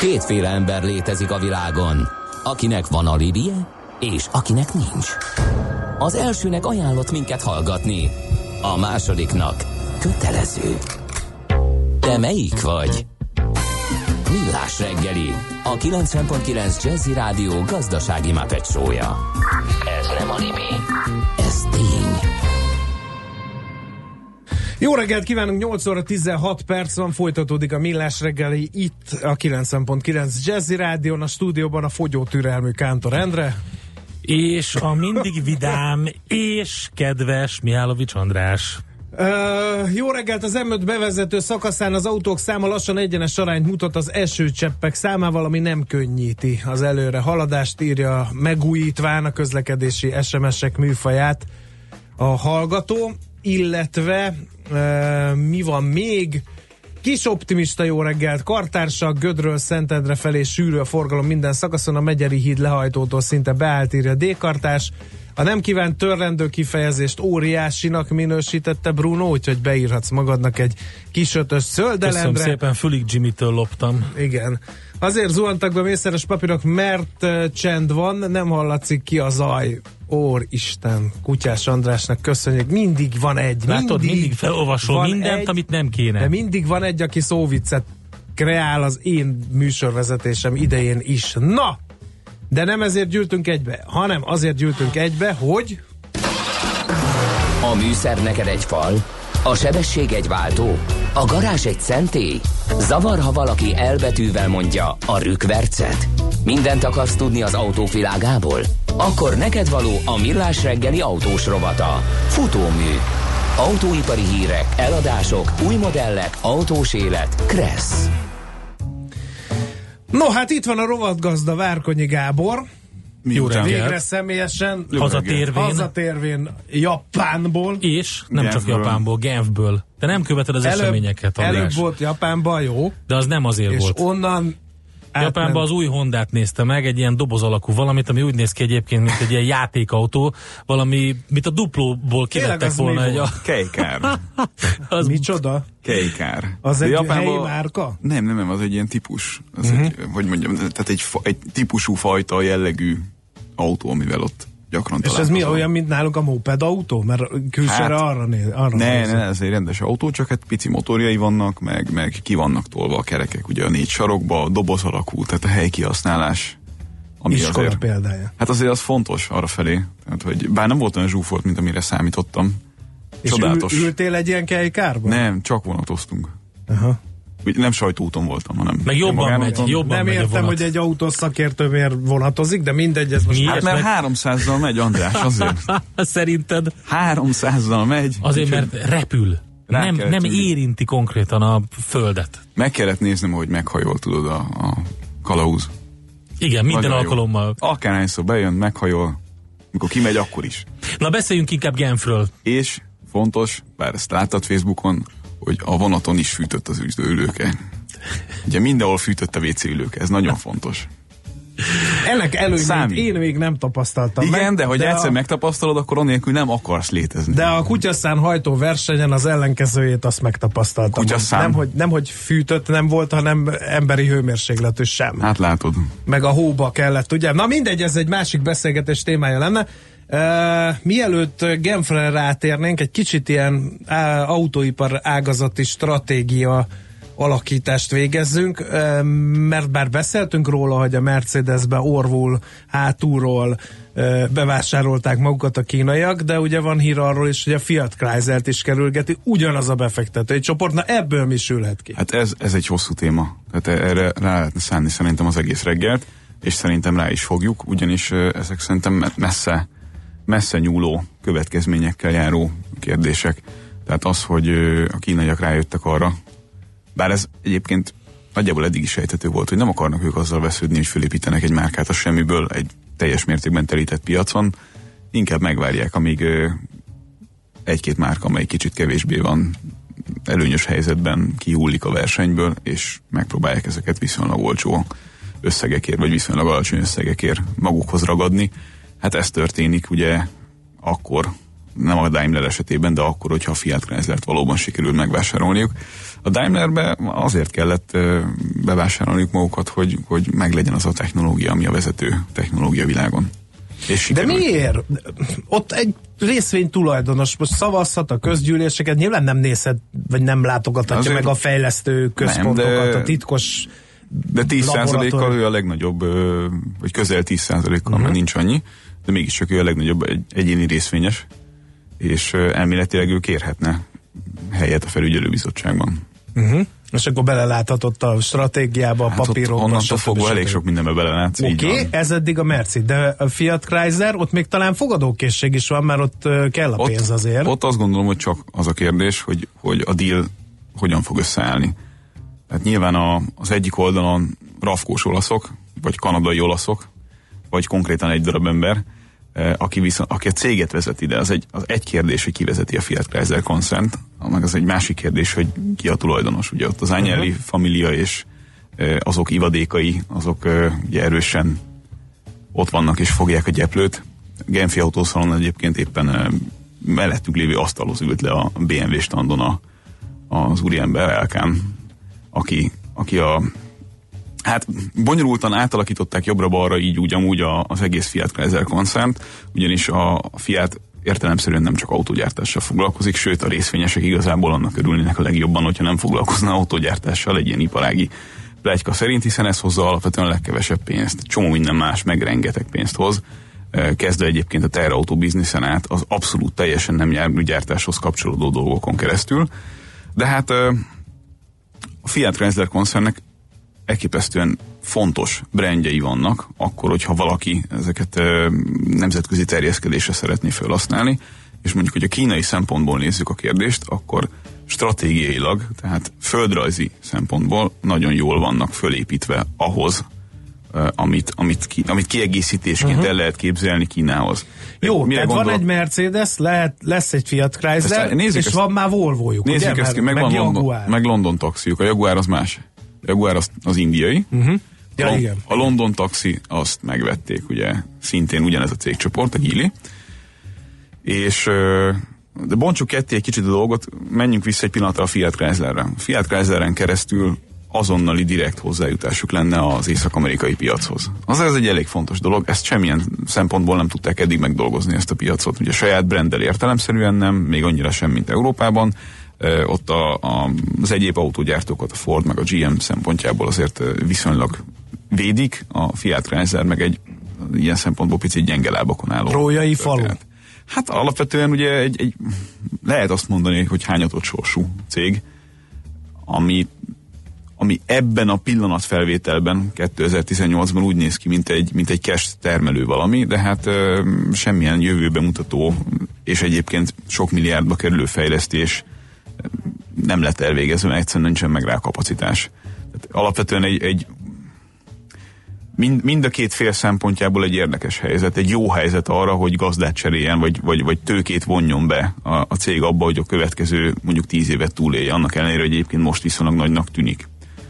Kétféle ember létezik a világon, akinek van alibije, és akinek nincs. Az elsőnek ajánlott minket hallgatni, a másodiknak kötelező. Te melyik vagy? Millás reggeli, a 90.9 Jazzy Rádió gazdasági Muppet show-ja. Ez nem anime, ez tény. Jó reggelt kívánunk, 8 óra 16 perc van, folytatódik a Millás reggeli itt a 90.9 Jazzy Rádión, a stúdióban a fogyótürelmű Kántor Endre. És a mindig vidám és kedves Mihálovics András. Jó reggelt! Az M5 bevezető szakaszán az autók száma lassan egyenes arányt mutat az esőcseppek számával, ami nem könnyíti az előre haladást, írja megújítván a közlekedési SMS-ek műfaját a hallgató, illetve mi van még? Kis optimista jó reggelt, kartársak, Gödről Szentendre felé sűrű a forgalom minden szakaszon, a Megyeri híd lehajtótól szinte beállt, írja D-kartás. A nem kívánt törlendő kifejezést óriásinak minősítette Bruno, úgyhogy beírhatsz magadnak egy kis ötös zöldelendre. Köszönöm szépen, Fülig Jimmy-től loptam. Igen. Azért zuhantak be mészszeres papírok, mert csend van, nem hallatszik ki a zaj. Isten, Kutyás Andrásnak köszönjük. Mindig van egy. Látod, mindig felolvasol mindent, egy, amit nem kéne. De mindig van egy, aki szóviccet kreál az én műsorvezetésem idején is. Na! De nem ezért gyűltünk egybe, hanem azért gyűltünk egybe, hogy... A műszer neked egy fal, a sebesség egy váltó, a garázs egy szentély. Zavar, ha valaki elbetűvel mondja a rükvercet. Mindent akarsz tudni az autók világából? Akkor neked való a Millás reggeli autós rovata. Futómű. Autóipari hírek, eladások, új modellek, autós élet. Kressz. No, hát itt van a rovatgazda, Várkonyi Gábor. Jó reggelt. Végre személyesen hazatérvén Japánból. És nem Genfből. Csak Japánból, Genfből. Te nem követed az eseményeket, András. Előbb volt Japánban, jó. De az nem azért és volt. És onnan... Japánban az új Hondát nézte meg, egy ilyen doboz alakú valamit, ami úgy néz ki egyébként, mint egy ilyen játékautó, valami, mint a Duplóból kivettek volna egy... Kejkár. Micsoda? Kejkár. Az egy helyi márka? Nem, az egy ilyen típus. Az egy, hogy mondjam, tehát egy típusú fajta jellegű autó, amivel ott gyakran találkozom. És ez mi olyan, mint nálunk a moped autó? Mert külsőre arra néz. Ne, ez egy rendes autó, csak hát pici motorjai vannak, meg ki vannak tolva a kerekek, ugye a 4 sarokba, doboz alakú, tehát a helykihasználás. Ami iskola azért, példája. Hát azért az fontos arrafelé. Tehát, hogy bár nem volt olyan zsúfolt, mint amire számítottam. Csodálatos. És ültél egy ilyen kejkárban? Nem, csak vonatoztunk. Aha. Nem sajtóúton voltam, hanem... Meg jobban megy, nem megy értem, hogy egy autószakértő miért vonatozik, de mindegy, ez most... Hát mert 300-zal megy, András, azért. Szerinted? 300-zal megy. Azért, mert repül. Nem érinti konkrétan a földet. Meg kellett néznem, hogy meghajol, tudod, a kalauz. Igen, minden nagyon alkalommal. Jó. Akárhányszor bejön, meghajol, mikor kimegy, akkor is. Na beszéljünk inkább Genfről. És fontos, bár ezt láttad Facebookon, hogy a vonaton is fűtött az ülőke. Ugye mindenhol fűtött a WC ülőke, ez nagyon fontos. Ennek előnyét én még nem tapasztaltam. Igen, de hogy egyszer megtapasztalod, akkor annélkül nem akarsz létezni. De a kutyaszán hajtó versenyen az ellenkezőjét azt megtapasztaltam. Nem, hogy fűtött nem volt, hanem emberi hőmérsékletű sem. Hát látod. Meg a hóba kellett, ugye? Na mindegy, ez egy másik beszélgetés témája lenne. Mielőtt Genfre rátérnénk, egy kicsit ilyen autóipar ágazati stratégia alakítást végezzünk, mert bár beszéltünk róla, hogy a Mercedesbe orvul hátulról bevásárolták magukat a kínaiak, de ugye van hír arról is, hogy a Fiat Chryslert is kerülgeti ugyanaz a befektetői csoport. Na ebből mi sülhet ki? Hát ez egy hosszú téma. Tehát erre rá lehetne szánni szerintem az egész reggelt, és szerintem rá is fogjuk, ugyanis ezek szerintem messze nyúló következményekkel járó kérdések. Tehát az, hogy a kínaiak rájöttek arra, bár ez egyébként nagyjából eddig is sejthető volt, hogy nem akarnak ők azzal vesződni, hogy fölépítenek egy márkát a semmiből egy teljes mértékben telített piacon, inkább megvárják, amíg egy-két márka, amely kicsit kevésbé van előnyös helyzetben, kihullik a versenyből, és megpróbálják ezeket viszonylag olcsó összegekért, vagy viszonylag alacsony összegekért magukhoz ragadni. Hát ez történik ugye akkor, nem a Daimler esetében, de akkor, hogyha a Fiat Chryslert valóban sikerül megvásárolniuk. A Daimlerbe azért kellett bevásárolniuk magukat, hogy meglegyen az a technológia, ami a vezető technológia világon. De miért? Ott egy részvény tulajdonos most szavazhat a közgyűléseket, nyilván nem nézhet, vagy nem látogathatja meg a fejlesztő központokat, a titkos de 10%-kal ő a legnagyobb, vagy közel 10%-kal, mert nincs annyi, de mégiscsak ő a legnagyobb egyéni részvényes, és elméletileg ő kérhetne helyet a felügyelőbizottságban. És akkor beleláthatott a stratégiába, a papírokba. Onnantól fogva elég sok mindenbe belelátsz. Oké, ez eddig a Merci, de a Fiat Chrysler, ott még talán fogadókészség is van, mert ott kell a pénz azért. Ott azt gondolom, hogy csak az a kérdés, hogy a deal hogyan fog összeállni. Tehát nyilván az egyik oldalon rafkós olaszok, vagy kanadai olaszok, vagy konkrétan egy darab ember, aki a céget vezeti, de az egy kérdés, hogy ki vezeti a Fiat Chrysler koncernt, meg az egy másik kérdés, hogy ki a tulajdonos. Ugye ott az Agnelli família és azok ivadékai, azok ugye erősen ott vannak és fogják a gyeplőt. Genfi autószalon egyébként éppen mellettünk lévő asztalhoz ült le a BMW standon az úriember Elkán, aki hát bonyolultan átalakították jobbra-balra így úgy amúgy az egész Fiat Chrysler koncernt, ugyanis a Fiat értelemszerűen nem csak autógyártással foglalkozik, sőt a részvényesek igazából annak örülnének a legjobban, hogyha nem foglalkozna autógyártással egy ilyen iparági pletyka szerint, hiszen ez hozza alapvetően a legkevesebb pénzt. Csomó minden más meg rengeteg pénzt hoz. Kezdve egyébként a teherautó bizniszen át az abszolút teljesen nem járműgyártáshoz kapcsolódó dolgokon keresztül. De hát a Fiat Chrysler koncernnek elképesztően fontos brandjei vannak, akkor, hogyha valaki ezeket nemzetközi terjeszkedésre szeretné felhasználni, és mondjuk, hogy a kínai szempontból nézzük a kérdést, akkor stratégiailag, tehát földrajzi szempontból nagyon jól vannak fölépítve ahhoz, amit kiegészítésként el lehet képzelni Kínához. Jó, tehát van egy Mercedes, lesz egy Fiat Chrysler, és van már Volvo-juk, nézzük ezt ki, meg London taxiuk. A Jaguar az más. A Jaguar az indiai. Ja, igen. A London taxi, azt megvették, ugye, szintén ugyanez a cégcsoport, a Geely. És de bontsuk ketté egy kicsit a dolgot, menjünk vissza egy pillanatra a Fiat Chryslerre. A Fiat Chrysleren keresztül azonnali direkt hozzájutásuk lenne az észak-amerikai piachoz. Az ez egy elég fontos dolog, ezt semmilyen szempontból nem tudták eddig megdolgozni ezt a piacot. Ugye saját branddel értelemszerűen nem, még annyira sem, mint Európában. Ott az egyéb autógyártókat, a Ford meg a GM szempontjából azért viszonylag védik, a Fiat Chrysler meg egy ilyen szempontból picit gyenge lábakon álló. Rójai falu. Hát alapvetően ugye egy lehet azt mondani, hogy hányatott sorsú cég, ami ebben a pillanatfelvételben 2018-ban úgy néz ki, mint egy cash termelő valami, de hát semmilyen jövőbe mutató és egyébként sok milliárdba kerülő fejlesztés nem lett elvégezve, mert egyszerűen nincsen meg rá kapacitás. Tehát alapvetően mind a két fél szempontjából egy érdekes helyzet, egy jó helyzet arra, hogy gazdát cseréljen, vagy tőkét vonjon be a cég abba, hogy a következő mondjuk 10 évet túlélje, annak ellenére, hogy egyébként most viszonylag nagynak tűnik.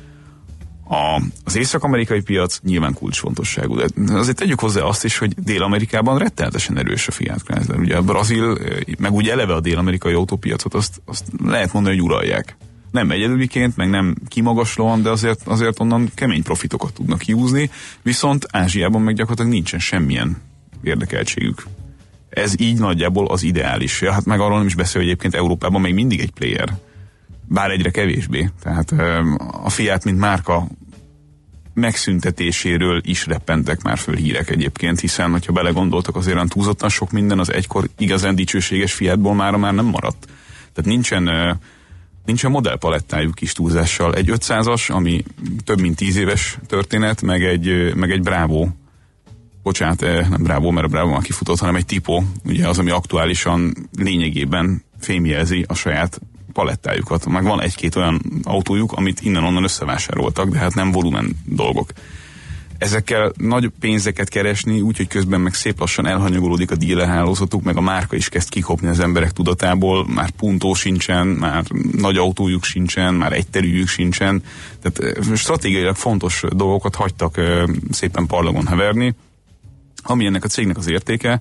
Az észak-amerikai piac nyilván kulcsfontosságú, de azért tegyük hozzá azt is, hogy Dél-Amerikában rettenetesen erős a Fiat Chrysler. Ugye a Brazil, meg úgy eleve a dél-amerikai autópiacot, azt lehet mondani, hogy uralják. Nem egyedüliként, meg nem kimagaslóan, de azért onnan kemény profitokat tudnak kiúzni, viszont Ázsiában meg gyakorlatilag nincsen semmilyen érdekeltségük. Ez így nagyjából az ideális. Ja, hát meg arról nem is beszél, hogy egyébként Európában még mindig egy player, bár egyre kevésbé. Tehát a Fiat, mint márka megszüntetéséről is reppentek már föl hírek egyébként, hiszen, hogyha belegondoltak, azért olyan túlzottan sok minden az egykor igazán dicsőséges Fiatból már nem maradt. Tehát nincsen modellpalettájuk is túlzással. Egy 500-as, ami több mint 10 éves történet, meg egy Bravo, bocsánat, nem Bravo, mert a Bravo már kifutott, hanem egy Tipo, ugye az, ami aktuálisan lényegében fémjelzi a saját palettájukat. Meg van egy-két olyan autójuk, amit innen-onnan összevásároltak, de hát nem volumen dolgok. Ezekkel nagy pénzeket keresni, úgyhogy közben meg szép lassan elhanyagolódik a dílerhálózatuk, meg a márka is kezd kikopni az emberek tudatából, már Punto sincsen, már nagy autójuk sincsen, már egyterűjük sincsen. Tehát stratégiailag fontos dolgokat hagytak szépen parlagon heverni. Ami ennek a cégnek az értéke,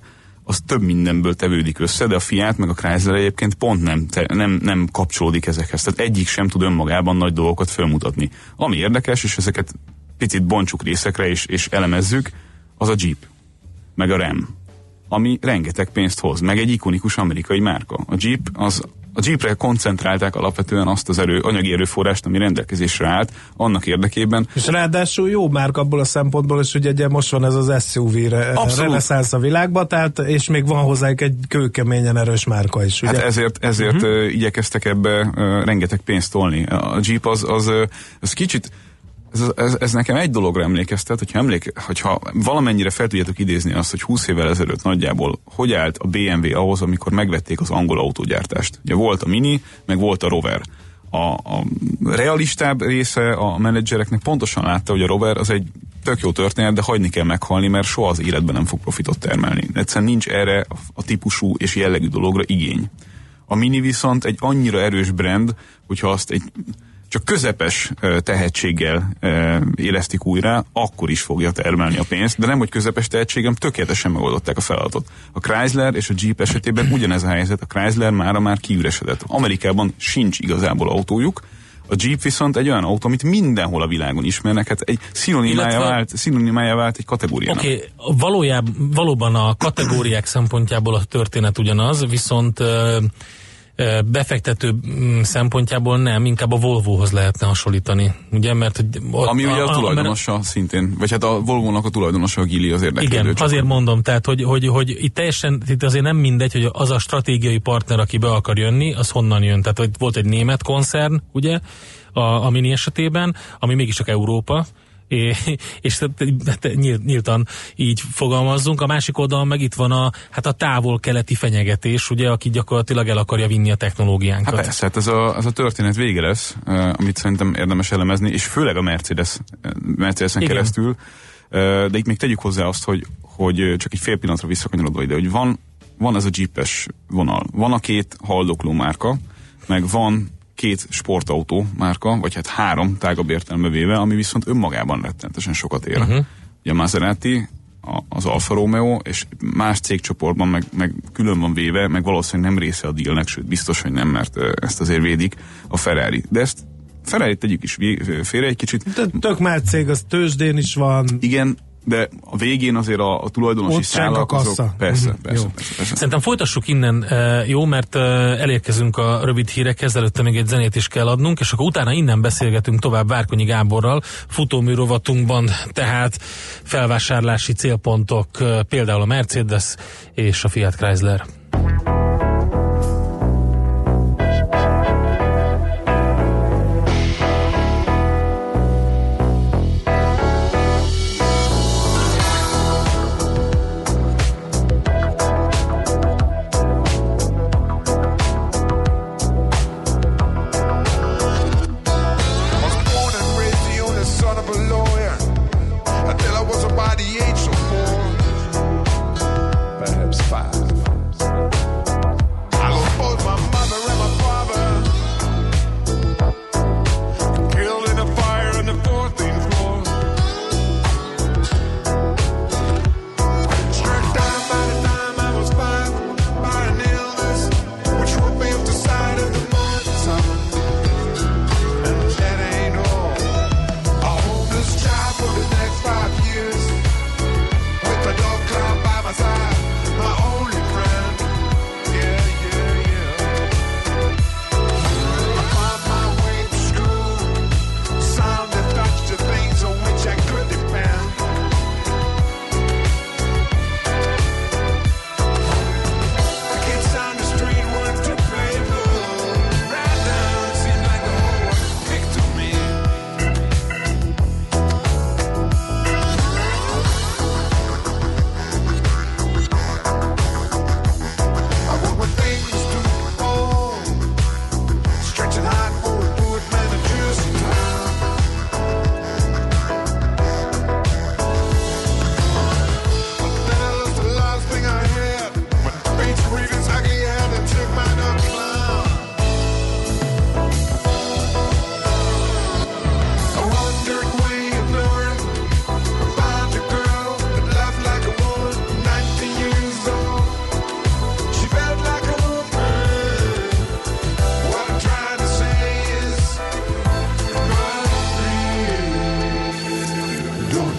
az több mindenből tevődik össze, de a Fiat meg a Chrysler egyébként pont nem kapcsolódik ezekhez. Tehát egyik sem tud önmagában nagy dolgokat felmutatni. Ami érdekes, és ezeket picit bontsuk részekre és elemezzük, az a Jeep, meg a Ram, ami rengeteg pénzt hoz, meg egy ikonikus amerikai márka. A Jeepre koncentrálták alapvetően azt az anyagi erőforrást, ami rendelkezésre állt, annak érdekében. És ráadásul jó márka abból a szempontból, és ugye most van ez az SUV-re reneszánsz a világban, tehát, és még van hozzájuk egy kőkeményen erős márka is. Ugye? Hát ezért igyekeztek ebbe rengeteg pénzt tolni. A Jeep az kicsit, ez nekem egy dologra emlékeztet, hogyha valamennyire fel tudjátok idézni azt, hogy 20 évvel ezelőtt nagyjából hogy állt a BMW ahhoz, amikor megvették az angol autógyártást. Ugye volt a Mini, meg volt a Rover. A realistább része a menedzsereknek pontosan látta, hogy a Rover az egy tök jó történet, de hagyni kell meghalni, mert soha az életben nem fog profitot termelni. Egyszerűen nincs erre a típusú és jellegű dologra igény. A Mini viszont egy annyira erős brand, hogyha azt csak közepes tehetséggel élesztik újra, akkor is fogja termelni a pénzt, de nem, hogy közepes tehetségem, tökéletesen megoldották a feladatot. A Chrysler és a Jeep esetében ugyanez a helyzet, a Chrysler már kiüresedett. Amerikában sincs igazából autójuk, a Jeep viszont egy olyan autó, amit mindenhol a világon ismernek, hát egy szinonimája vált egy kategóriának. Oké, valóban a kategóriák szempontjából a történet ugyanaz, viszont befektető szempontjából nem, inkább a Volvohoz lehetne hasonlítani, ugye, mert ami ugye a tulajdonosa szintén, vagy hát a Volvo-nak a tulajdonosa a Geely az érdeklődő. Igen, azért mondom, tehát, hogy itt azért nem mindegy, hogy az a stratégiai partner, aki be akar jönni, az honnan jön. Tehát, hogy volt egy német koncern, ugye, a Mini esetében, ami mégiscsak Európa, és nyíltan így fogalmazzunk. A másik oldalon meg itt van a távol-keleti fenyegetés, ugye, aki gyakorlatilag el akarja vinni a technológiánkat. Hát persze, hát ez a történet vége lesz, amit szerintem érdemes elemezni, és főleg a Mercedesen keresztül, de itt még tegyük hozzá azt, hogy csak egy fél pillanatra visszakanyarodva ide, hogy van ez a Jeep-es vonal, van a két haldokló márka, meg van két sportautó márka, vagy hát 3 tágabb értelme véve, ami viszont önmagában rettenetesen sokat ér. Ugye a Maserati, az Alfa Romeo, és más cégcsoportban meg külön van véve, meg valószínűleg nem része a dealnek, sőt biztos, hogy nem, mert ezt azért védik a Ferrari. De ezt Ferrari tegyük is félre egy kicsit. Tök már cég, az tőzsdén is van. Igen, de a végén azért a tulajdonosi szállak azok... Persze. Szerintem folytassuk innen, jó, mert elérkezünk a rövid hírekhez, előtte még egy zenét is kell adnunk, és akkor utána innen beszélgetünk tovább Várkonyi Gáborral, futómű rovatunkban, tehát felvásárlási célpontok, például a Mercedes és a Fiat Chrysler. Perhaps 5.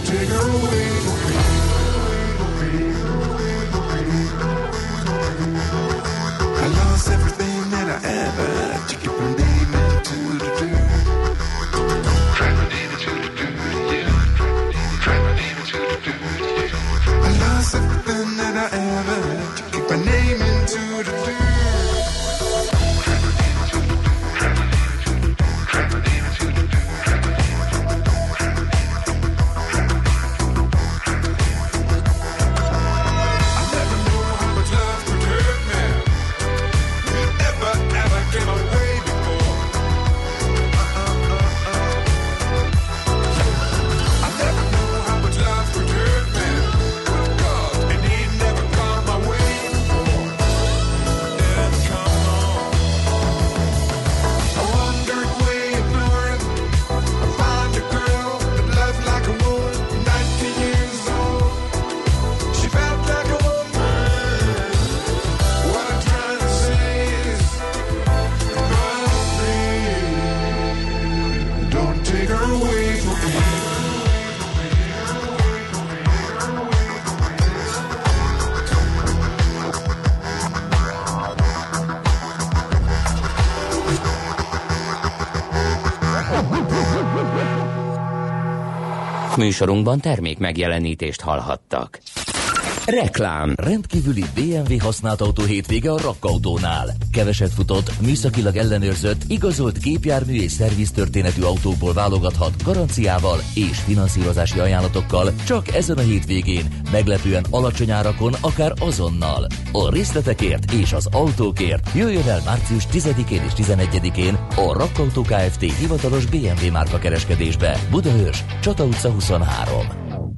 take her away from me. I lost everything that I ever had to keep my name into the dirt. Drag my name into the dirt, yeah. Drag my name into the dirt, yeah. I lost everything that I ever had to keep my name into the dirt. Műsorunkban termék megjelenítést hallhattak. Reklám. Rendkívüli BMW használt autó hétvége a Rakkautónál. Keveset futott, műszakilag ellenőrzött, igazolt gépjármű és szerviztörténetű autókból válogathat garanciával és finanszírozási ajánlatokkal csak ezen a hétvégén, meglepően alacsony árakon, akár azonnal. A részletekért és az autókért jöjjön el március 10-én és 11-én a Rakkautó Kft. Hivatalos BMW márka kereskedésbe. Budaörs, Csata utca 23.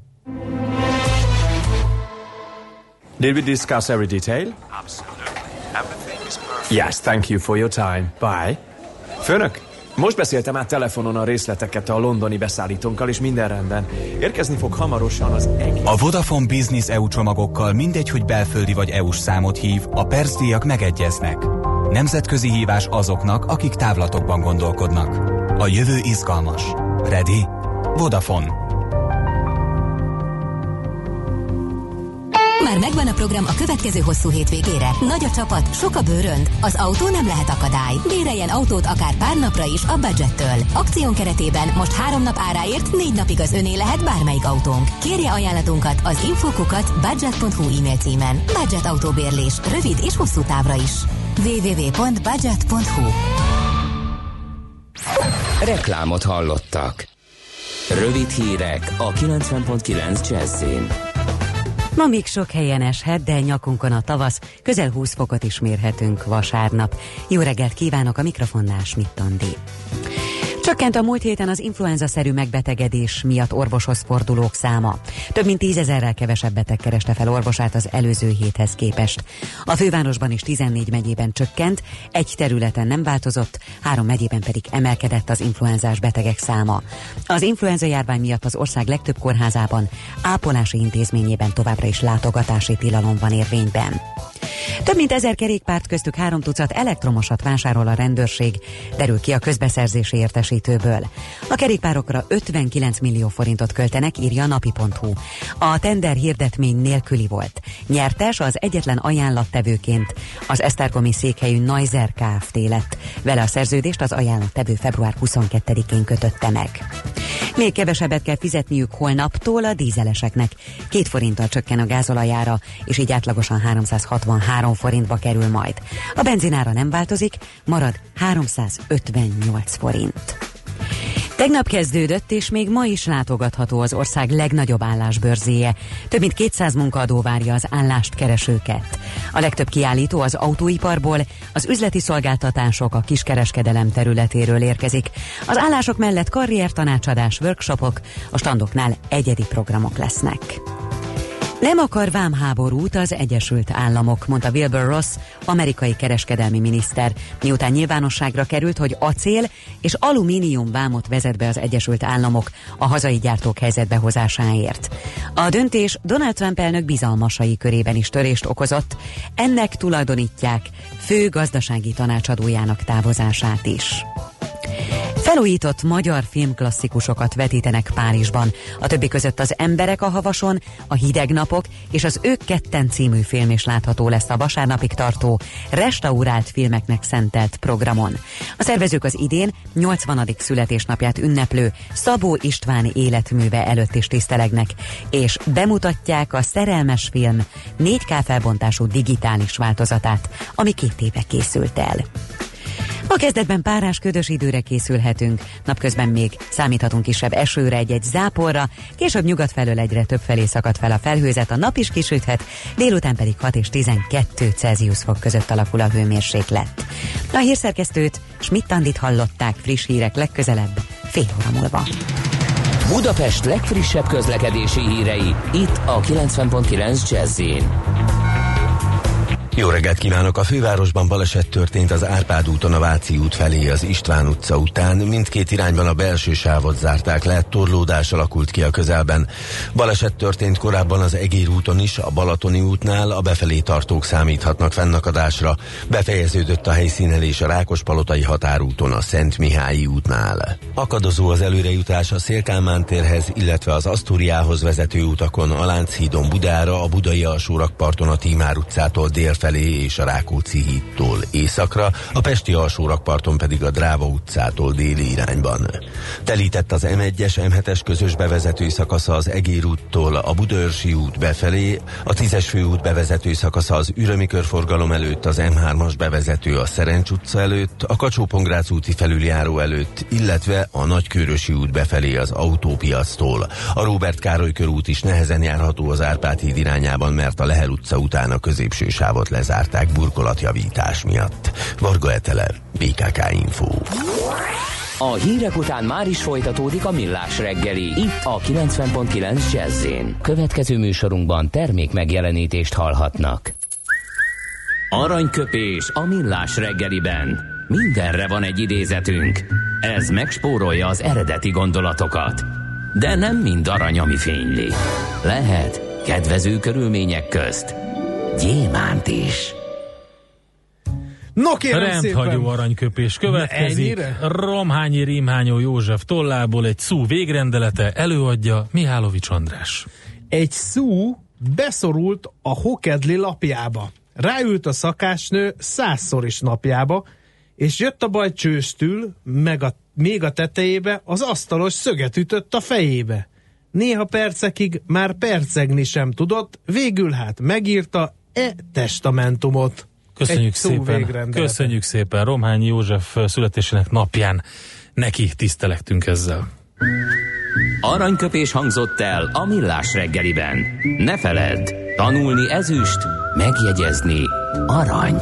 Did we discuss every detail? Absolutely. Everything is perfect. Yes, thank you for your time. Bye. Főnök, most beszéltem át telefonon a részleteket a londoni beszállítónkkal, és minden rendben. Érkezni fog hamarosan az egész... A Vodafone Business EU csomagokkal mindegy, hogy belföldi vagy EU-s számot hív, a percdíjak megegyeznek. Nemzetközi hívás azoknak, akik távlatokban gondolkodnak. A jövő izgalmas. Ready? Vodafone. Már megvan a program a következő hosszú hétvégére. Nagy a csapat, sok a bőrönd, az autó nem lehet akadály. Béreljen autót akár pár napra is a Budgettől. Akción keretében most 3 nap áráért 4 napig az öné lehet bármelyik autónk. Kérje ajánlatunkat az info@budget.hu e-mail címen. Budget autóbérlés, rövid és hosszú távra is. www.budget.hu. Reklámot hallottak. Rövid hírek a 90.9 Jazzin. Ma még sok helyen eshet, de nyakunkon a tavasz, közel 20 fokot is mérhetünk vasárnap. Jó reggelt kívánok, a mikrofonnál Schmidt Andi. Csökkent a múlt héten az influenza-szerű megbetegedés miatt orvoshoz fordulók száma. Több mint 10 000-rel kevesebb beteg kereste fel orvosát az előző héthez képest. A fővárosban is 14 megyében csökkent, egy területen nem változott, 3 megyében pedig emelkedett az influenzás betegek száma. Az influenza járvány miatt az ország legtöbb kórházában, ápolási intézményében továbbra is látogatási tilalom van érvényben. Több mint 1000 kerékpárt, köztük 3 tucat elektromosat vásárol a rendőrség, derül ki a közbeszerzési értesítőből. A kerékpárokra 59 millió forintot költenek, írja a napi.hu. A tender hirdetmény nélküli volt. Nyertes az egyetlen ajánlattevőként az esztergomi székhelyű Neuser Kft. Lett. Vele a szerződést az ajánlattevő február 22-én kötötte meg. Még kevesebbet kell fizetniük holnaptól a dízeleseknek. 2 forinttal csökken a gázolajára, és így átlagosan 363 forintba kerül majd. A benzinára nem változik, marad 358 forint. Tegnap kezdődött, és még ma is látogatható az ország legnagyobb állásbörzéje. Több mint 200 munkaadó várja az állást keresőket. A legtöbb kiállító az autóiparból, az üzleti szolgáltatások, a kiskereskedelem területéről érkezik. Az állások mellett karriertanácsadás, workshopok, a standoknál egyedi programok lesznek. Nem akar vámháborút az Egyesült Államok, mondta Wilbur Ross, amerikai kereskedelmi miniszter, miután nyilvánosságra került, hogy acél és alumínium vámot vezet be az Egyesült Államok a hazai gyártók helyzetbe hozásáért. A döntés Donald Trump elnök bizalmasai körében is törést okozott, ennek tulajdonítják fő gazdasági tanácsadójának távozását is. Felújított magyar filmklasszikusokat vetítenek Párizsban. A többi között Az emberek a havason, A hideg napok és az Ők ketten című film is látható lesz a vasárnapig tartó, restaurált filmeknek szentelt programon. A szervezők az idén 80. születésnapját ünneplő Szabó István életműve előtt is tisztelegnek, és bemutatják a Szerelmes film 4K felbontású digitális változatát, ami 2 éve készült el. A kezdetben párás, ködös időre készülhetünk, napközben még számíthatunk kisebb esőre, egy-egy záporra, később nyugat felől egyre több felé szakad fel a felhőzet, a nap is kisüthet, délután pedig 6 és 12 Celsius fok között alakul a hőmérséklet. A hírszerkesztőt, Schmidt-Andit hallották, friss hírek legközelebb, fél óra múlva. Budapest legfrissebb közlekedési hírei, itt a 90.9 Jazz-in. Jó reggelt kívánok! A fővárosban baleset történt az Árpád úton a Váci út felé az István utca után. Mindkét irányban a belső sávot zárták le, torlódás alakult ki a közelben. Baleset történt korábban az Egér úton is, a Balatoni útnál, a befelé tartók számíthatnak fennakadásra. Befejeződött a helyszínelés a Rákospalotai határúton a Szent Mihályi útnál. Akadozó az előrejutás a Széll-Kálmán térhez, illetve az Asztúriához vezető utakon, a Lánchídon Budára, a Budai alsórakparton a Tímár utcától délfelé és a Rákóczi hídtól északra, a Pesti alsórakparton pedig a Dráva utcától déli irányban. Telített az M1-es, M7-es közös bevezető szakasza az Egér úttól a Budaörsi út befelé, a 10-es főút bevezető szakasza az Ürömi körforgalom előtt, az M3-as bevezető a Szerencs utca előtt, a Kacsó-Pongrác úti felüljáró előtt, illetve a Nagykőrösi út befelé az Autópiactól. A Róbert Károly körút is nehezen járható az Árpád híd irányában, mert a Lehel utca után a középső sávot lezárták burkolatjavítás miatt. Varga Etele, BKK Info. A hírek után már is folytatódik a Millás reggeli, itt a 90.9 Jazz-in. Következő műsorunkban termék megjelenítést hallhatnak. Aranyköpés a Millás reggeliben. Mindenre van egy idézetünk. Ez megspórolja az eredeti gondolatokat. De nem mind arany, ami fényli. Lehet kedvező körülmények közt gyémánt is. No kérem szépen! Rendhagyó aranyköpés következik. Romhányi Rímhányó József tollából egy szú végrendelete, előadja Mihálovics András. Egy szú beszorult a Hokedli lapjába. Ráült a szakásnő 100-szor is napjába, és jött a baj csőstül, még a tetejébe az asztalos szöget ütött a fejébe. Néha percekig már percegni sem tudott, végül hát megírta testamentumot. Köszönjük szépen. Romhányi József születésének napján neki tisztelektünk ezzel. Aranyköpés hangzott el a Millás reggeliben. Ne feledd, tanulni ezüst, megjegyezni arany.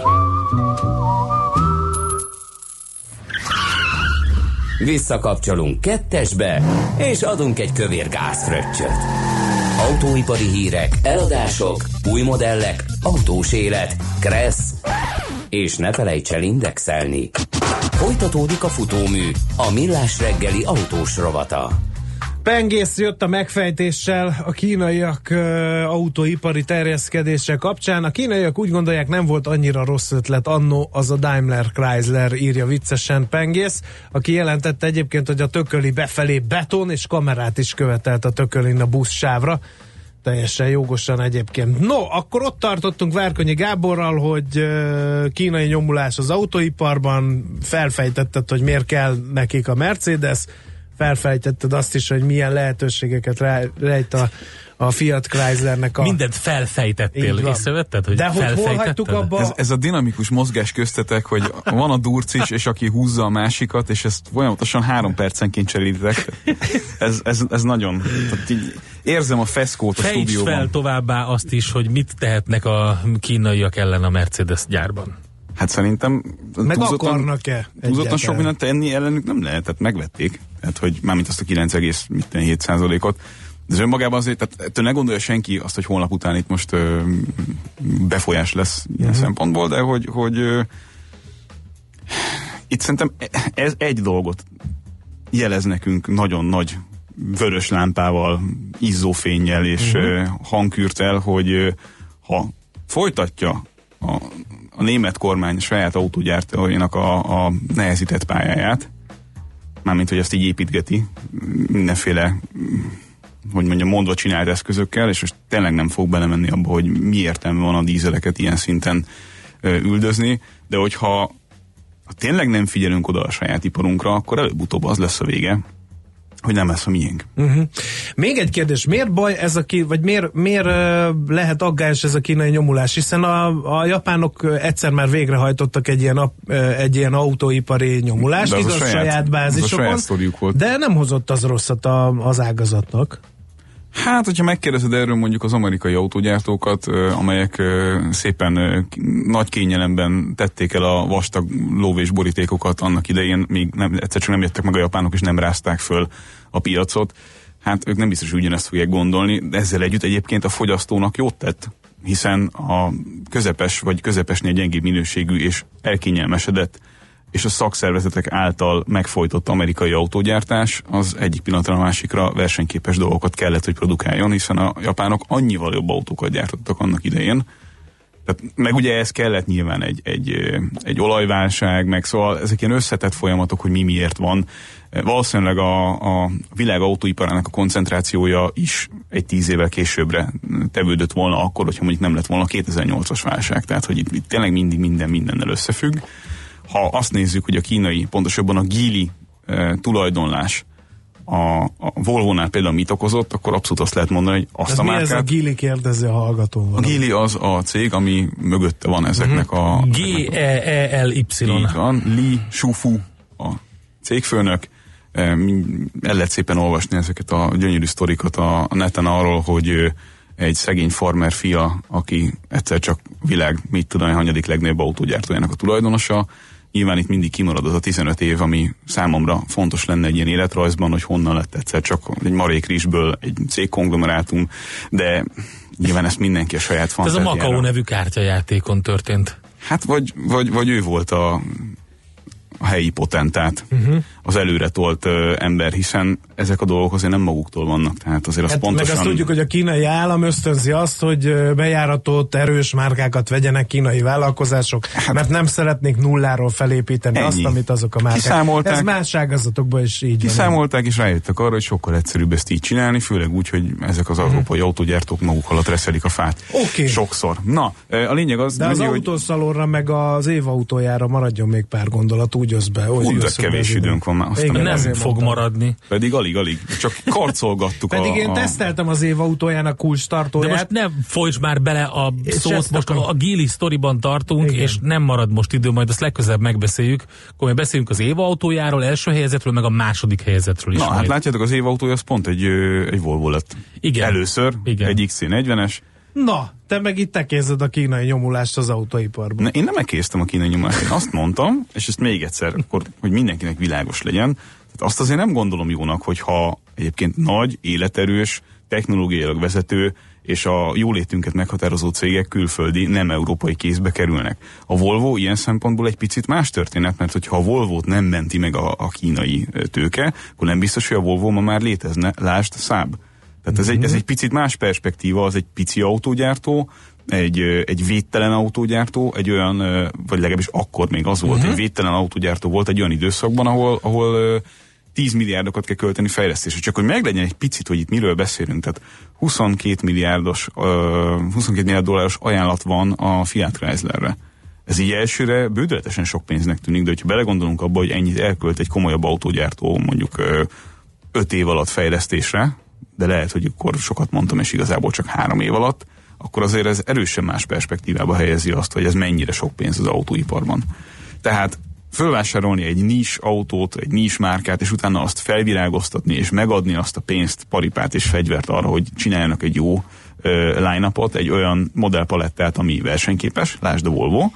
Visszakapcsolunk 2-esbe, és adunk egy kövér gázfröccsöt. Autóipari hírek, eladások, új modellek, autós élet, kressz, és ne felejts el indexelni. Folytatódik a futómű, a Millás reggeli autós rovata. Pengész jött a megfejtéssel a kínaiak autóipari terjeszkedése kapcsán. A kínaiak úgy gondolják, nem volt annyira rossz ötlet annó az a Daimler Chrysler, írja viccesen Pengész, aki jelentette egyébként, hogy a Tököli befelé beton és kamerát is követelt a Tökölin a buszsávra. Teljesen jogosan egyébként. No, akkor ott tartottunk Várkonyi Gáborral, hogy kínai nyomulás az autóiparban, felfejtetted, hogy miért kell nekik a Mercedes, felfejtetted azt is, hogy milyen lehetőségeket rejt a Fiat Chryslernek a... Mindent felfejtettél, észrevetted, hogy de hol hagytuk abba? Ez a dinamikus mozgás köztetek, hogy van a durcis, és aki húzza a másikat, és ezt folyamatosan 3 percenként cserélitek. Ez nagyon... Érzem a feszkót a stúdióban. Fejtsd fel továbbá azt is, hogy mit tehetnek a kínaiak ellen a Mercedes gyárban. Hát szerintem meg akarnak-e? Túlzottan sok mindent tenni ellenük nem lehet, tehát megvették. Tehát, hogy mármint azt a 9,7%-ot. De ez önmagában azért, tehát ettől ne gondolja senki azt, hogy holnap után itt most befolyás lesz ilyen szempontból, de hogy itt szerintem ez egy dolgot jelez nekünk nagyon nagy vörös lámpával, izzófénnyel és hangkürttel, hogy ha folytatja a német kormány saját autógyártóinak a nehezített pályáját, mármint, hogy ezt így építgeti mindenféle, hogy mondjam, mondva csinált eszközökkel, és most tényleg nem fog belemenni abba, hogy mi értelme van a dízeleket ilyen szinten üldözni, de hogyha tényleg nem figyelünk oda a saját iparunkra, akkor előbb-utóbb az lesz a vége, hogy nem lesz a miénk. Még egy kérdés, miért baj ez vagy miért lehet aggályos ez a kínai nyomulás? Hiszen a japánok egyszer már végrehajtottak egy ilyen autóipari nyomulást, igaz, saját bázisokon, de nem hozott az rosszat az ágazatnak. Hát, hogyha megkérdezed erről mondjuk az amerikai autógyártókat, amelyek szépen nagy kényelemben tették el a vastag lóvésborítékokat annak idején, még egyszer csak nem jöttek meg a japánok, és nem rázták föl a piacot, hát ők nem biztos, hogy ugyanezt fogják gondolni, de ezzel együtt egyébként a fogyasztónak jót tett, hiszen a közepes vagy közepesnél gyengébb minőségű és elkényelmesedett és a szakszervezetek által megfojtott amerikai autógyártás az egyik pillanatra a másikra versenyképes dolgokat kellett, hogy produkáljon, hiszen a japánok annyival jobb autókat gyártottak annak idején. Tehát, meg ugye ez kellett nyilván egy olajválság, meg szóval ezek ilyen összetett folyamatok, hogy miért van. Valószínűleg a világ autóiparának a koncentrációja is egy 10 évvel későbbre tevődött volna akkor, hogyha mondjuk nem lett volna 2008-as válság. Tehát, hogy itt tényleg mindig mindennel összefügg. Ha azt nézzük, hogy a kínai, pontosabban a Geely tulajdonlás a Volvo-nál például mit okozott, akkor abszolút azt lehet mondani, hogy azt ez a mi márkát... ez a Geely, kérdezi a hallgató? A Geely az a cég, ami mögötte van ezeknek a... G-E-E-L-Y. Így van, Li Shufu a cégfőnök. El lehet szépen olvasni ezeket a gyönyörű sztorikat a neten arról, hogy egy szegény farmer fia, aki egyszer csak világ, mit tudom, hanyadik legnagyobb autógyártójának a tulajdonosa. Nyilván itt mindig kimarad az a 15 év, ami számomra fontos lenne egy ilyen életrajzban, hogy honnan lett egyszer csak egy marék rizsből egy cégkonglomerátum, de nyilván ezt mindenki a saját fantáziára. Ez a Macau nevű kártyajátékon történt. Hát vagy ő volt a helyi potentát, az előre tolt ember, hiszen ezek a dolgok azért nem maguktól vannak, tehát azért azt pontosan... Meg azt tudjuk, hogy a kínai állam ösztönzi azt, hogy bejáratott, erős márkákat vegyenek kínai vállalkozások, mert nem szeretnék nulláról felépíteni azt, amit azok a márkák. Ez más ágazatokban is így kiszámolták, és rájöttek arra, hogy sokkal egyszerűbb ezt így csinálni, főleg úgy, hogy ezek az európai autógyártók maguk alatt reszelik a fát. Sokszor. Na, a lényeg az... De az autószalonra meg az évautójára maradjon még pár gondolat, úgy osz be. Kevés időnk van már. Nem fog maradni. Pedig alig. Csak karcolgattuk. Pedig én teszteltem az év autójának kulcstartóját. De most nem folyts már bele a szót, most a Geely sztoriban tartunk, igen. És nem marad most idő, majd azt legközelebb megbeszéljük. Akkor majd beszéljünk az év autójáról, első helyezetről, meg a második helyezetről is. Na, hát látjátok, az év autója az pont egy Volvo lett. Igen. Először, igen. Egy XC40-es. Na, te meg itt tekézed a kínai nyomulást az autóiparban. Én nem megkéztem a kínai nyomulást, én azt mondtam, és ezt még egyszer, akkor, hogy mindenkinek világos legyen, tehát azt azért nem gondolom jónak, hogyha egyébként nagy, életerős, technológiailag vezető és a jólétünket meghatározó cégek külföldi, nem európai kézbe kerülnek. A Volvo ilyen szempontból egy picit más történet, mert hogyha a Volvót nem menti meg a kínai tőke, akkor nem biztos, hogy a Volvo ma már létezne, lásd Saab. Tehát ez egy picit más perspektíva, az egy pici autógyártó, egy védtelen autógyártó, egy olyan, vagy legalábbis akkor még az volt, egy védtelen autógyártó volt egy olyan időszakban, ahol 10 milliárdokat kell költeni fejlesztésre. Csak hogy meglegyen egy picit, hogy itt miről beszélünk, tehát 22 milliárd dolláros ajánlat van a Fiat Chryslerre. Ez így elsőre bődületesen sok pénznek tűnik, de hogyha belegondolunk abba, hogy ennyit elkölt egy komolyabb autógyártó mondjuk 5 év alatt fejlesztésre, de lehet, hogy akkor sokat mondtam, és igazából csak 3 év alatt, akkor azért ez erősen más perspektívába helyezi azt, hogy ez mennyire sok pénz az autóiparban. Tehát fölvásárolni egy nis autót, egy nis márkát, és utána azt felvirágoztatni, és megadni azt a pénzt, paripát és fegyvert arra, hogy csináljanak egy jó line-upot, egy olyan modellpalettát, ami versenyképes, lásd a Volvo,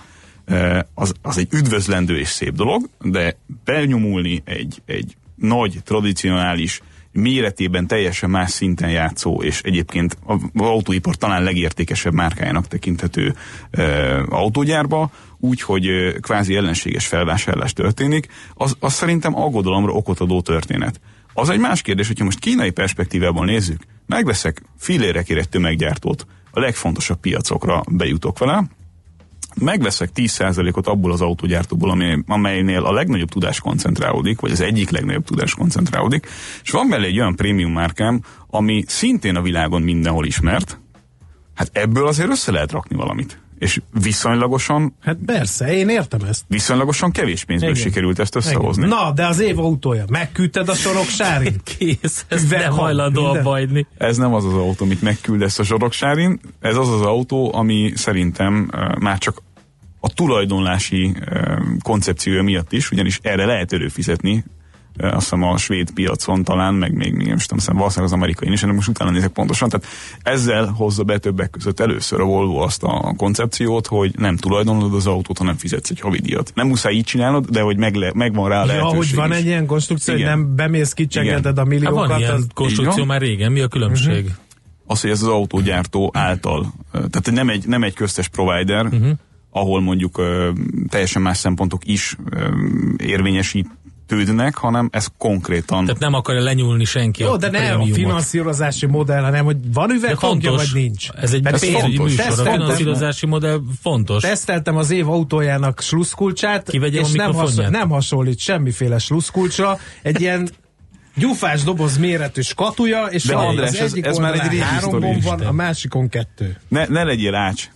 az egy üdvözlendő és szép dolog, de benyomulni egy nagy, tradicionális, méretében teljesen más szinten játszó, és egyébként az autóipar talán legértékesebb márkájának tekinthető autógyárba, úgy, hogy kvázi ellenséges felvásárlás történik, az szerintem aggodalomra okot adó történet. Az egy más kérdés, hogyha most kínai perspektívában nézzük, megveszek fillérekért egy tömeggyártót, a legfontosabb piacokra bejutok vele, megveszek 10%-ot abból az autógyártóból, amelynél a legnagyobb tudás koncentrálódik, vagy az egyik legnagyobb tudás koncentrálódik, és van belé egy olyan prémium márkám, ami szintén a világon mindenhol ismert, hát ebből azért össze lehet rakni valamit. És viszonylagosan... Hát persze, én értem ezt. Viszonylagosan kevés pénzből sikerült ezt összehozni. Igen. Na, de az év autója. Megküldted a Soroksárin? Kész, ezt nem hajlandó abba hagyni. Ez nem az az autó, amit megküldesz a Soroksárin, ez az az autó, ami szerintem már csak a tulajdonlási koncepciója miatt is, ugyanis erre lehet előfizetni, azt hiszem a svéd piacon talán, meg még nem tudom, valószínűleg az amerikai is, ennek most utána nézek pontosan. Tehát ezzel hozza be többek között először a Volvo azt a koncepciót, hogy nem tulajdonolod az autót, hanem fizetsz egy havidíjat. Nem muszáj így csinálod, de hogy megvan rá a lehetőség. Ja, hogy van egy ilyen konstrukció, igen, hogy nem bemész, kicsengeted a milliókat. Van ilyen konstrukció már régen, mi a különbség? Az, hogy ez az autógyártó által, tehát nem egy köztes provider, ahol mondjuk teljesen más szempontok is érvényesítődnek, hanem ez konkrétan... Tehát nem akarja lenyúlni senki. Jó, de nem a finanszírozási modell, hanem hogy van üveghangja, vagy nincs. Ez egy pénzügyi műsor, a finanszírozási modell fontos. Teszteltem az év autójának sluszkulcsát, és nem hasonlít semmiféle sluszkulcsra. Egy ilyen gyufás doboz méretű skatuja, és de András, az egyik ez már egy régi 3 gomb van, a másikon 2. Ne legyél ács.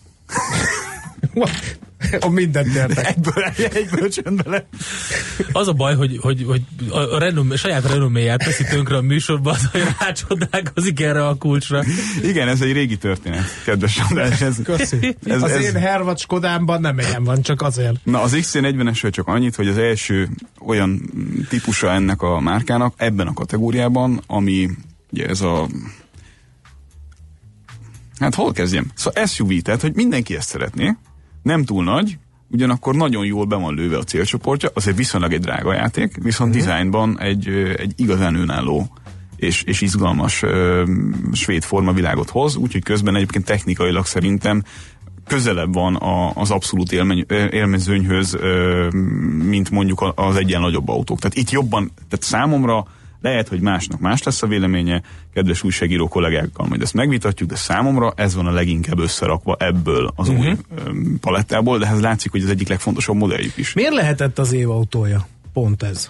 A mindent értek. Egyből csönd bele. Az a baj, hogy a saját renomméját teszi tönkre a műsorban, az, hogy rácsodálkozik erre a kulcsra. Igen, ez egy régi történet, kedves András. Köszi. Az én Hervad Skodámban nem ilyen van, csak azért. Na, az XC40-esről csak annyit, hogy az első olyan típusa ennek a márkának ebben a kategóriában, ami ugye ez a... Hát hol kezdjem? Szóval SUV, tehát hogy mindenki ezt szeretné, nem túl nagy, ugyanakkor nagyon jól be van lőve a célcsoportja, azért viszonylag egy drága játék, viszont dizájnban egy igazán önálló és izgalmas svéd formavilágot hoz, úgyhogy közben egyébként technikailag szerintem közelebb van az abszolút élmezőnyhöz, mint mondjuk az egyen nagyobb autók. Tehát itt jobban, tehát számomra lehet, hogy másnak más lesz a véleménye, kedves újságíró kollégákkal majd ezt megvitatjuk, de számomra ez van a leginkább összerakva ebből az új palettából, de ez látszik, hogy az egyik legfontosabb modelljük is. Miért lehetett az év autója? Pont ez.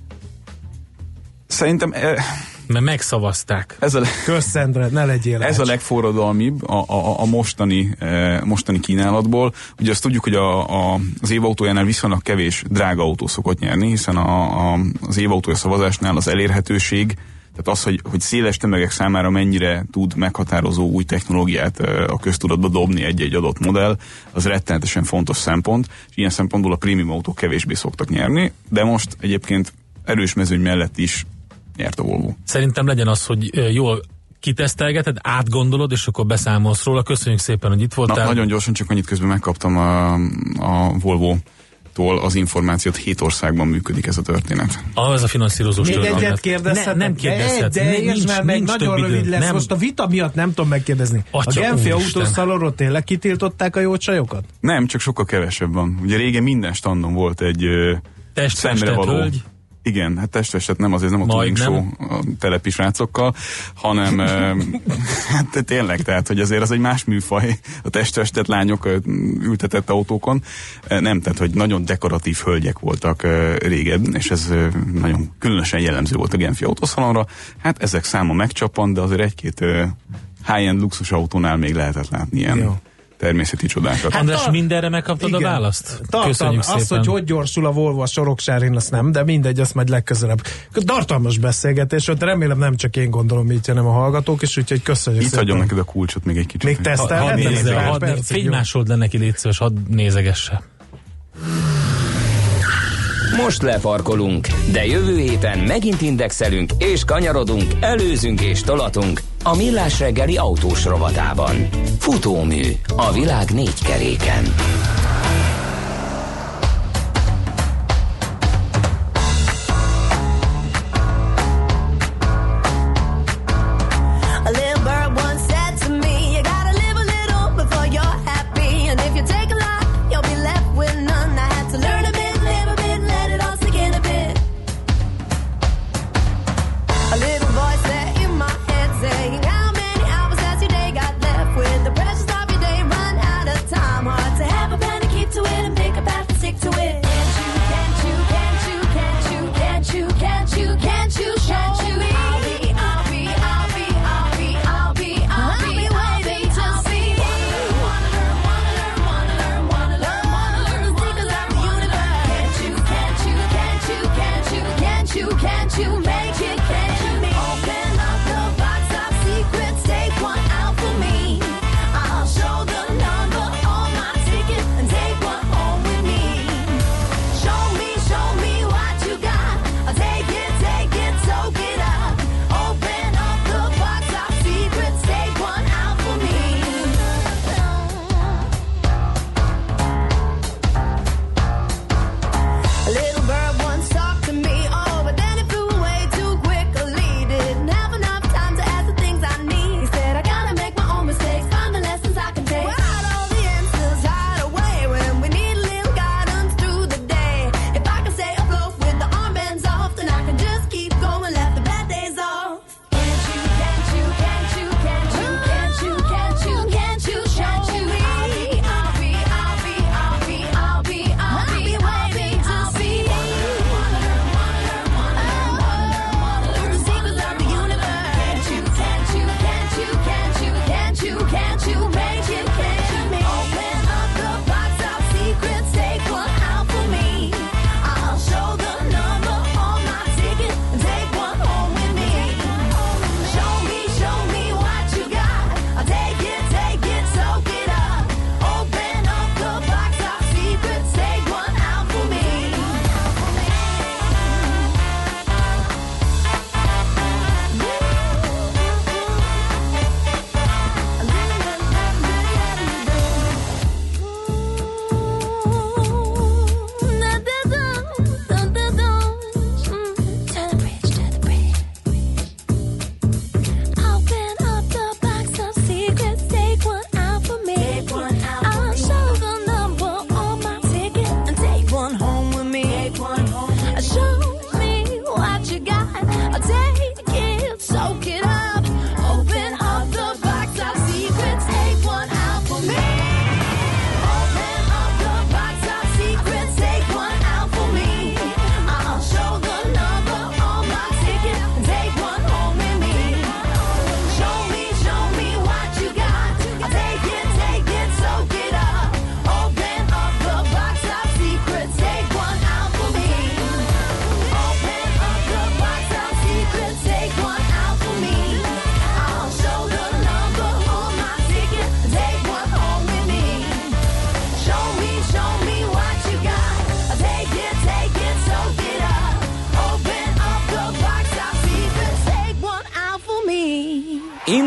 Szerintem... Mert megszavazták. Köszendre, ne legyél ez a legforradalmibb a mostani kínálatból. Ugye azt tudjuk, hogy az évautójánál viszonylag kevés drága autó szokott nyerni, hiszen az évautója szavazásnál az elérhetőség, tehát az, hogy széles tömegek számára mennyire tud meghatározó új technológiát a köztudatba dobni egy adott modell, az rettenetesen fontos szempont, és ilyen szempontból a prémium autók kevésbé szoktak nyerni, de most egyébként erős mezőny mellett is nyert a Volvo. Szerintem legyen az, hogy jól kitesztelgeted, átgondolod, és akkor beszámolsz róla. Köszönjük szépen, hogy itt voltál. Nagyon gyorsan, csak annyit közben megkaptam a Volvo-tól az információt, 7 országban működik ez a történet. Ez a finanszírozós történet. Még egyet kérdezhet? Nem kérdezhet. De értsd meg nagyon rövid lesz. Nem. Most a vita miatt nem tudom megkérdezni. A Genfi autószalonról tényleg kitiltották a jó csajokat? Nem, csak sokkal kevesebb van. Ugye régen minden standon volt egy szemrevaló. Hölgy. Igen, hát testvestet nem, azért nem a Touring Show a telepi srácokkal, hanem hát tényleg, tehát, hogy azért az egy más műfaj, a testvestet lányok ültetett autókon, nem, tehát, hogy nagyon dekoratív hölgyek voltak régebben, és ez nagyon különösen jellemző volt a Genfi autószalonra. Hát ezek száma megcsapant, de azért egy-két high-end luxus autónál még lehetett látni ilyen természeti csodákat. Hát András, mindenre megkaptad a választ? Köszönjük szépen. Azt, hogy gyorsul a Volvo a Soroksárin, azt nem, de mindegy, azt majd legközelebb. Tartalmas beszélgetés, de remélem nem csak én gondolom így, hanem a hallgatók is, úgyhogy köszönjük szépen. Itt hagyom neked a kulcsot még egy kicsit. Még tesztelhetem? Fénymásold le neki, légy szíves, hadd nézegesse. Most lefarkolunk, de jövő héten megint indexelünk és kanyarodunk, előzünk és tolatunk a Millás reggeli autós rovatában. Futómű a világ 4 keréken. Have a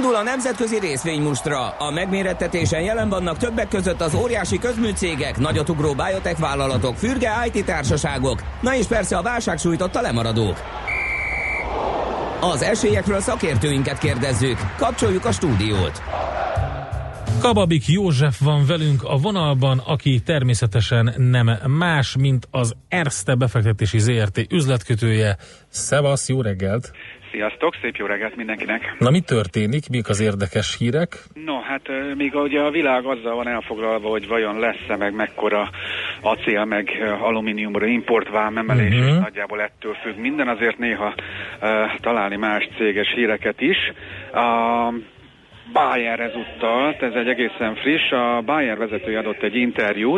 Indul a nemzetközi részvénymustra. A megmérettetésen jelen vannak többek között az óriási közműcégek, nagyotugró biotech vállalatok, fürge IT társaságok, na és persze a válság sújtotta lemaradók. Az esélyekről szakértőinket kérdezzük. Kapcsoljuk a stúdiót. Kababik József van velünk a vonalban, aki természetesen nem más, mint az Erste befektetési ZRT üzletkötője. Szevasz, jó reggelt! Sziasztok, szép jó reggelt mindenkinek! Na, mi történik? Mik az érdekes hírek? No, hát még ugye a világ azzal van elfoglalva, hogy vajon lesz-e meg mekkora acél meg alumíniumra importvám emelés, és nagyjából ettől függ minden, azért néha találni más céges híreket is. Bayerhez utalt, ez egy egészen friss, a Bayer vezetője adott egy interjút,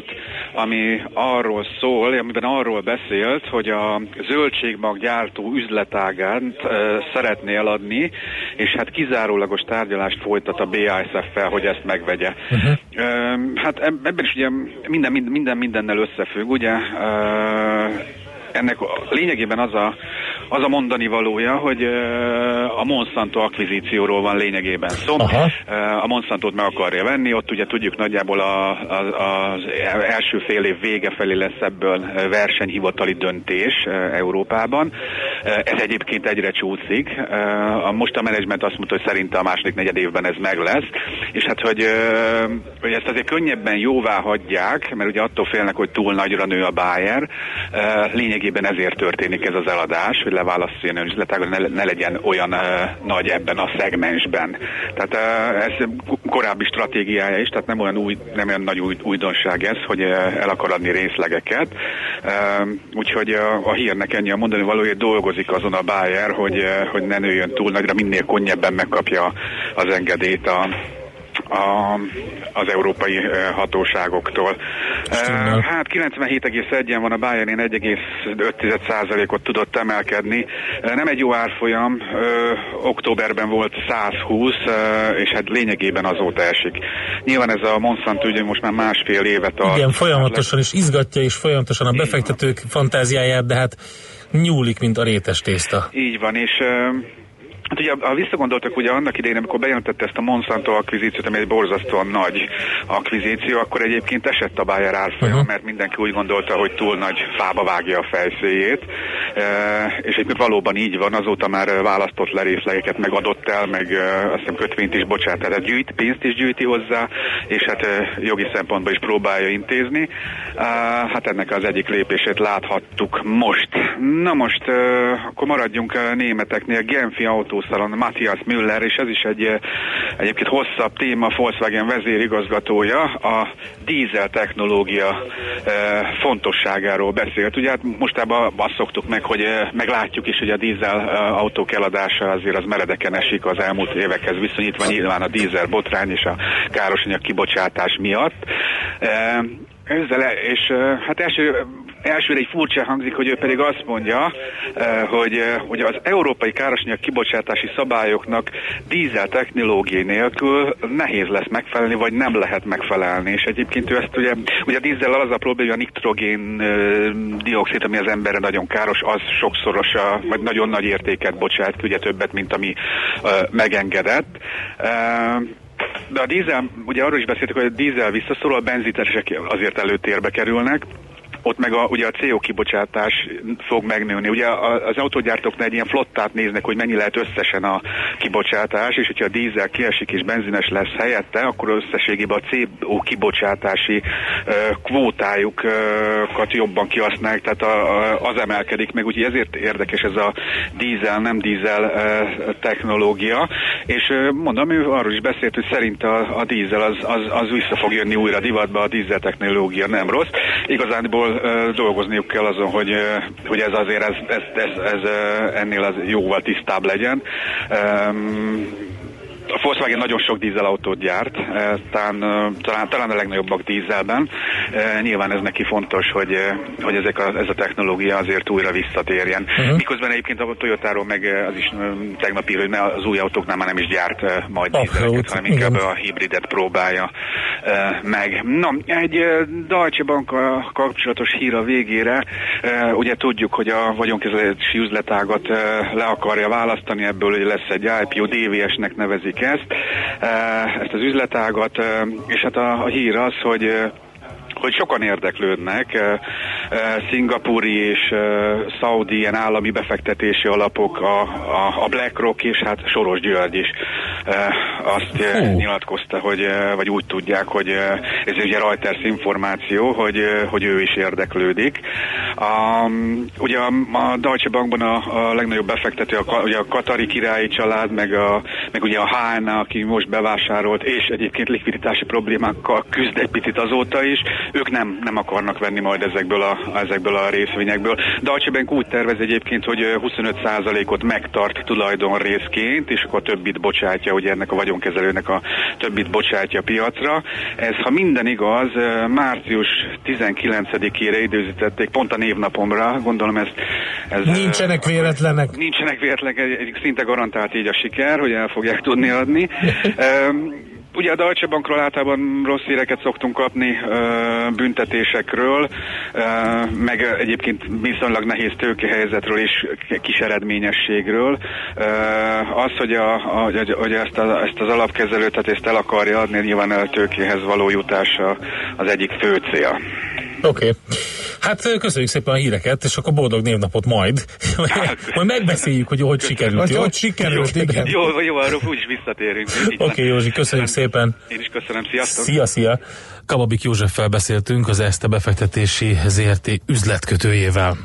amiben arról beszélt, hogy a zöldségmag gyártó üzletágát szeretné eladni, és hát kizárólagos tárgyalást folytat a BASF-fel, hogy ezt megvegye. Hát ebben is ugye mindennel összefügg, ugye ennek lényegében az a mondani valója, hogy a Monsanto akvizícióról van lényegében szó. A Monsantót meg akarja venni, ott ugye tudjuk nagyjából az első fél év vége felé lesz ebből versenyhivatali döntés Európában. Ez egyébként egyre csúszik. Most a menedzsment azt mondta, hogy szerinte a második negyed évben ez meg lesz. És hát, hogy ezt azért könnyebben jóvá hagyják, mert ugye attól félnek, hogy túl nagyra nő a Bayer. Lényegében ezért történik ez az eladás, hogy leválasztja az üzletágat, ne legyen olyan nagy ebben a szegmensben. Tehát ez korábbi stratégiája is, tehát nem olyan nagy újdonság ez, hogy el akar adni részlegeket. Úgyhogy a hírnek ennyi a mondani valója, dolgozik azon a Bayer, hogy ne nőjön túl nagyra, minél könnyebben megkapja az engedélyt az európai hatóságoktól. Hát 97,1-en van a Bayern, 1,5%-ot tudott emelkedni. Nem egy jó árfolyam, októberben volt 120, és hát lényegében azóta esik. Nyilván ez a Monsanto ugye most már másfél évet igen, folyamatosan is izgatja, és folyamatosan a befektetők fantáziáját, de hát nyúlik, mint a rétes tészta. Így van, és hát ugye, ha visszagondoltak ugye annak idején, amikor bejelentette ezt a Monsanto akvizíciót, ami egy borzasztóan nagy akvizíció, akkor egyébként esett a Bayer árfolyam, mert mindenki úgy gondolta, hogy túl nagy fába vágja a fejszéjét, és egyébként valóban így van, azóta már választott le részlegeket megadott el, meg azt hiszem kötvényt is bocsát, tehát pénzt is gyűjti hozzá, és hát jogi szempontból is próbálja intézni. Hát ennek az egyik lépését láthattuk most. Na most, akkor maradjunk németeknél, Genfi autószalon Matthias Müller, és ez is egyébként hosszabb téma, Volkswagen vezérigazgatója, a dízel technológia fontosságáról beszélt. Ugye hát mostában azt szoktuk meg, hogy meglátjuk is, hogy a dízel autók eladása azért az meredeken esik az elmúlt évekhez viszonyítva, nyilván a dízel botrány és a károsanyag kibocsátás miatt. És hát elsőre egy furcsa hangzik, hogy ő pedig azt mondja, hogy az európai károsanyag kibocsátási szabályoknak dízel technológiai nélkül nehéz lesz megfelelni, vagy nem lehet megfelelni. És egyébként ő ezt ugye a dízellel az a probléma, hogy a nitrogén dioxid, ami az emberre nagyon káros, az sokszoros, vagy nagyon nagy értéket bocsát ki, ugye többet, mint ami megengedett. De a dízel, ugye arról is beszéltük, hogy a dízel visszaszorul, a benziteresek azért előtérbe kerülnek. Ott meg ugye a CO kibocsátás fog megnőni. Ugye az autógyártóknál egy ilyen flottát néznek, hogy mennyi lehet összesen a kibocsátás, és hogyha a dízel kiesik és benzines lesz helyette, akkor összességében a CO kibocsátási kvótájukat jobban kihasználják, tehát az emelkedik meg, úgyhogy ezért érdekes ez a dízel, nem dízel technológia. És mondom, ő arról is beszélt, hogy szerint a dízel az vissza fog jönni újra divatba, a dízel technológia nem rossz. Igazánból dolgozniuk kell azon, hogy ez azért ez ennél az jóval tisztább legyen. A Volkswagen nagyon sok dízelautót gyárt, talán a legnagyobbak dízelben. Nyilván ez neki fontos, hogy ez a technológia azért újra visszatérjen. Miközben egyébként a Toyotáról meg az is tegnap ír, hogy az új autóknál már nem is gyárt majd dízeleket, hanem inkább a hibridet próbálja meg. Na, egy Deutsche Bank kapcsolatos hír a végére. Ugye tudjuk, hogy a vagyonkezelési üzletágat le akarja választani, ebből hogy lesz egy IPO, DVS-nek nevezik építik ezt az üzletágat, és hát a hír az, hogy sokan érdeklődnek, szingapúri és szaudi ilyen állami befektetési alapok, a BlackRock és hát Soros György is azt nyilatkozta, vagy úgy tudják, hogy ez ugye Reuters információ, hogy ő is érdeklődik. Ugye a Deutsche Bankban a legnagyobb befektető ugye a katari királyi család, meg ugye a HN, aki most bevásárolt, és egyébként likviditási problémákkal küzd egy picit azóta is. Ők nem akarnak venni majd ezekből a részvényekből. Deutsche Bank úgy tervez egyébként, hogy 25%-ot megtart tulajdonrészként, és akkor a többit bocsátja, ugye ennek a vagyonkezelőnek a többit bocsátja piacra. Ez, ha minden igaz, március 19-ére időzítették, pont a névnapomra, gondolom ez nincsenek véletlenek. Nincsenek véletlenek, szinte garantált így a siker, hogy el fogják tudni adni. Ugye a Deutsche Bankról általában rossz híreket szoktunk kapni büntetésekről, meg egyébként viszonylag nehéz tőkehelyzetről és kis eredményességről. Az, hogy ezt az alapkezelőt, tehát ezt el akarja adni, nyilván a tőkéhez való jutása az egyik fő cél. Oké. Hát köszönjük szépen a híreket, és akkor boldog névnapot majd. Majd megbeszéljük, hogy sikerült, jó? Hogy sikerült, igen. Jó, arról úgyis visszatérünk. Oké, Józsi, köszönjük szépen. Én is köszönöm, sziasztok. Szia. Kababik Józseffel beszéltünk, az Erste befektetési ZRT üzletkötőjével.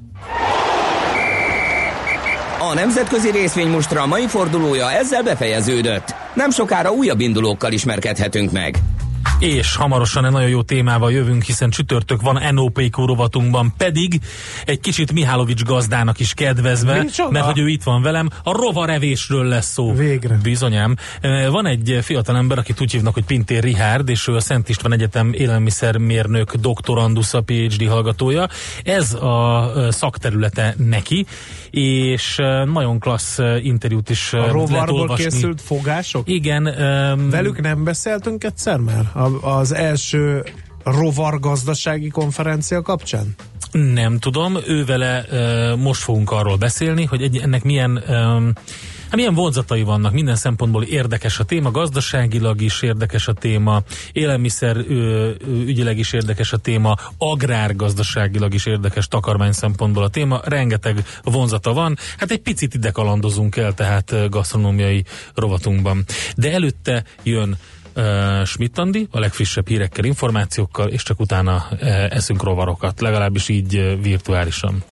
A nemzetközi részvénymustra mai fordulója ezzel befejeződött. Nem sokára újabb indulókkal ismerkedhetünk meg. És hamarosan egy nagyon jó témával jövünk, hiszen csütörtök van NOPQ rovatunkban, pedig egy kicsit Mihálovics gazdának is kedvezve, mert hogy ő itt van velem, a rovarevésről lesz szó. Végre. Bizonyám. Van egy fiatalember, akit úgy hívnak, hogy Pintér Richárd, és ő a Szent István Egyetem élelmiszermérnök doktorandusza, PhD hallgatója. Ez a szakterülete neki, és nagyon klassz interjút is lehet olvasni. A rovarból készült fogások? Igen. Velük nem beszéltünk egyszer már? Az első rovargazdasági konferencia kapcsán? Nem tudom, ővele most fogunk arról beszélni, hogy ennek milyen vonzatai vannak, minden szempontból érdekes a téma, gazdaságilag is érdekes a téma, élelmiszer ügyileg is érdekes a téma, agrárgazdaságilag is érdekes, takarmány szempontból a téma, rengeteg vonzata van, hát egy picit ide kalandozunk el, tehát gasztronómiai rovatunkban. De előtte jön Schmidt Andi, a legfrissebb hírekkel, információkkal, és csak utána eszünk rovarokat, legalábbis így virtuálisan.